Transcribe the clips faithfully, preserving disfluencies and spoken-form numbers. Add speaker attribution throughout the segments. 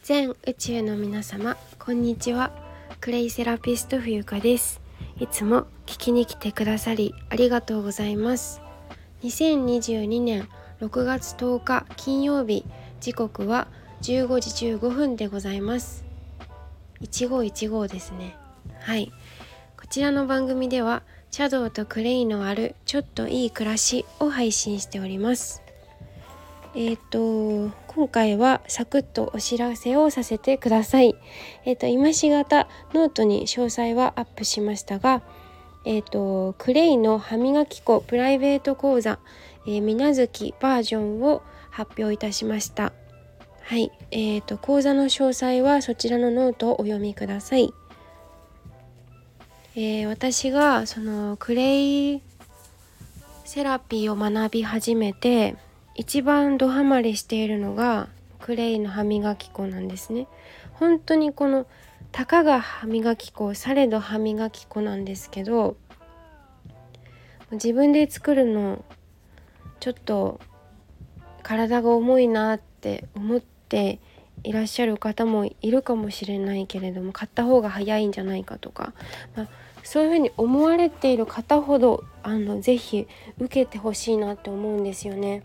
Speaker 1: 全宇宙の皆様、こんにちは。クレイセラピスト冬香です。いつも聞きに来てくださりありがとうございます。にせんにじゅうにねんろくがつとおか金曜日、時刻はじゅうごじじゅうごふんでございます。いちごいちごですね。はい。こちらの番組では茶道とクレイのあるちょっといい暮らしを配信しております。えっ、ー、と今回はサクッとお知らせをさせてください。えっ、ー、と今しがたノートに詳細はアップしましたが、えっ、ー、とクレイの歯磨き粉プライベート講座、えー、みなづきバージョンを発表いたしました。はい、えっ、と講座の詳細はそちらのノートをお読みください。えー、私がそのクレイセラピーを学び始めて一番ドハマりしているのがクレイの歯磨き粉なんですね。本当にこのたかが歯磨き粉されど歯磨き粉なんですけど、自分で作るのちょっと体が重いなって思っていらっしゃる方もいるかもしれないけれども、買った方が早いんじゃないかとか、まあ、そういうふうに思われている方ほどあのぜひ受けてほしいなって思うんですよね。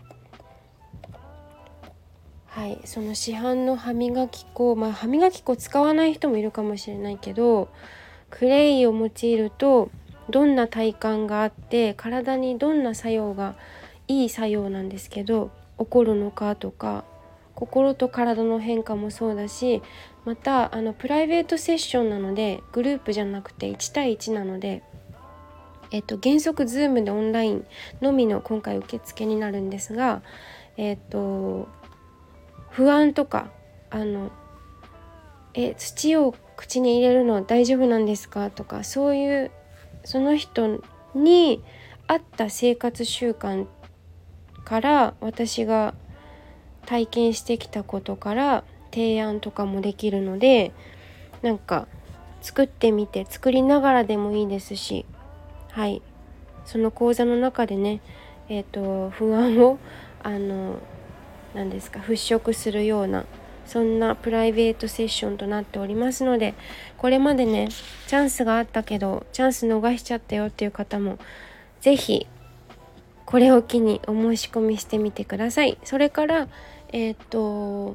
Speaker 1: はい、その市販の歯磨き粉、まあ、歯磨き粉使わない人もいるかもしれないけど、クレイを用いるとどんな体感があって体にどんな作用がいい作用なんですけど起こるのかとか、心と体の変化もそうだし、またあのプライベートセッションなのでグループじゃなくていちたいいちなので、えっと、原則 Zoom でオンラインのみの今回受付になるんですが、えっと不安とかあのえ土を口に入れるの大丈夫なんですかとか、そういうその人に合った生活習慣から私が体験してきたことから提案とかもできるので、なんか作ってみて作りながらでもいいですし、はい、その講座の中でね、えっと不安をあの何ですか払拭するようなそんなプライベートセッションとなっておりますので、これまでねチャンスがあったけどチャンス逃しちゃったよっていう方もぜひこれを機にお申し込みしてみてください。それからえっと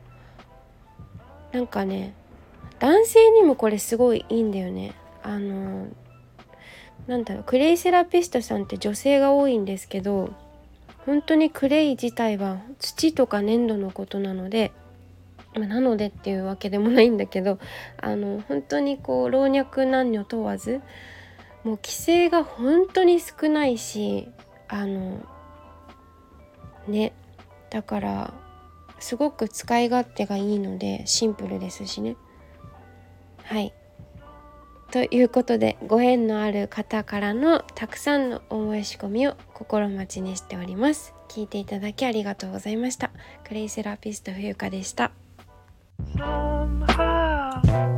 Speaker 1: なんかね男性にもこれすごいいいんだよね。あのなんだろうクレイセラピストさんって女性が多いんですけど、本当にクレイ自体は土とか粘土のことなので、なのでっていうわけでもないんだけど、あの本当にこう老若男女問わずもう規制が本当に少ないし、あのねだからすごく使い勝手がいいのでシンプルですしね。はいということで、ご縁のある方からのたくさんのお申し込みを心待ちにしております。聞いていただきありがとうございました。クレイセラピスト冬香でした。Somehow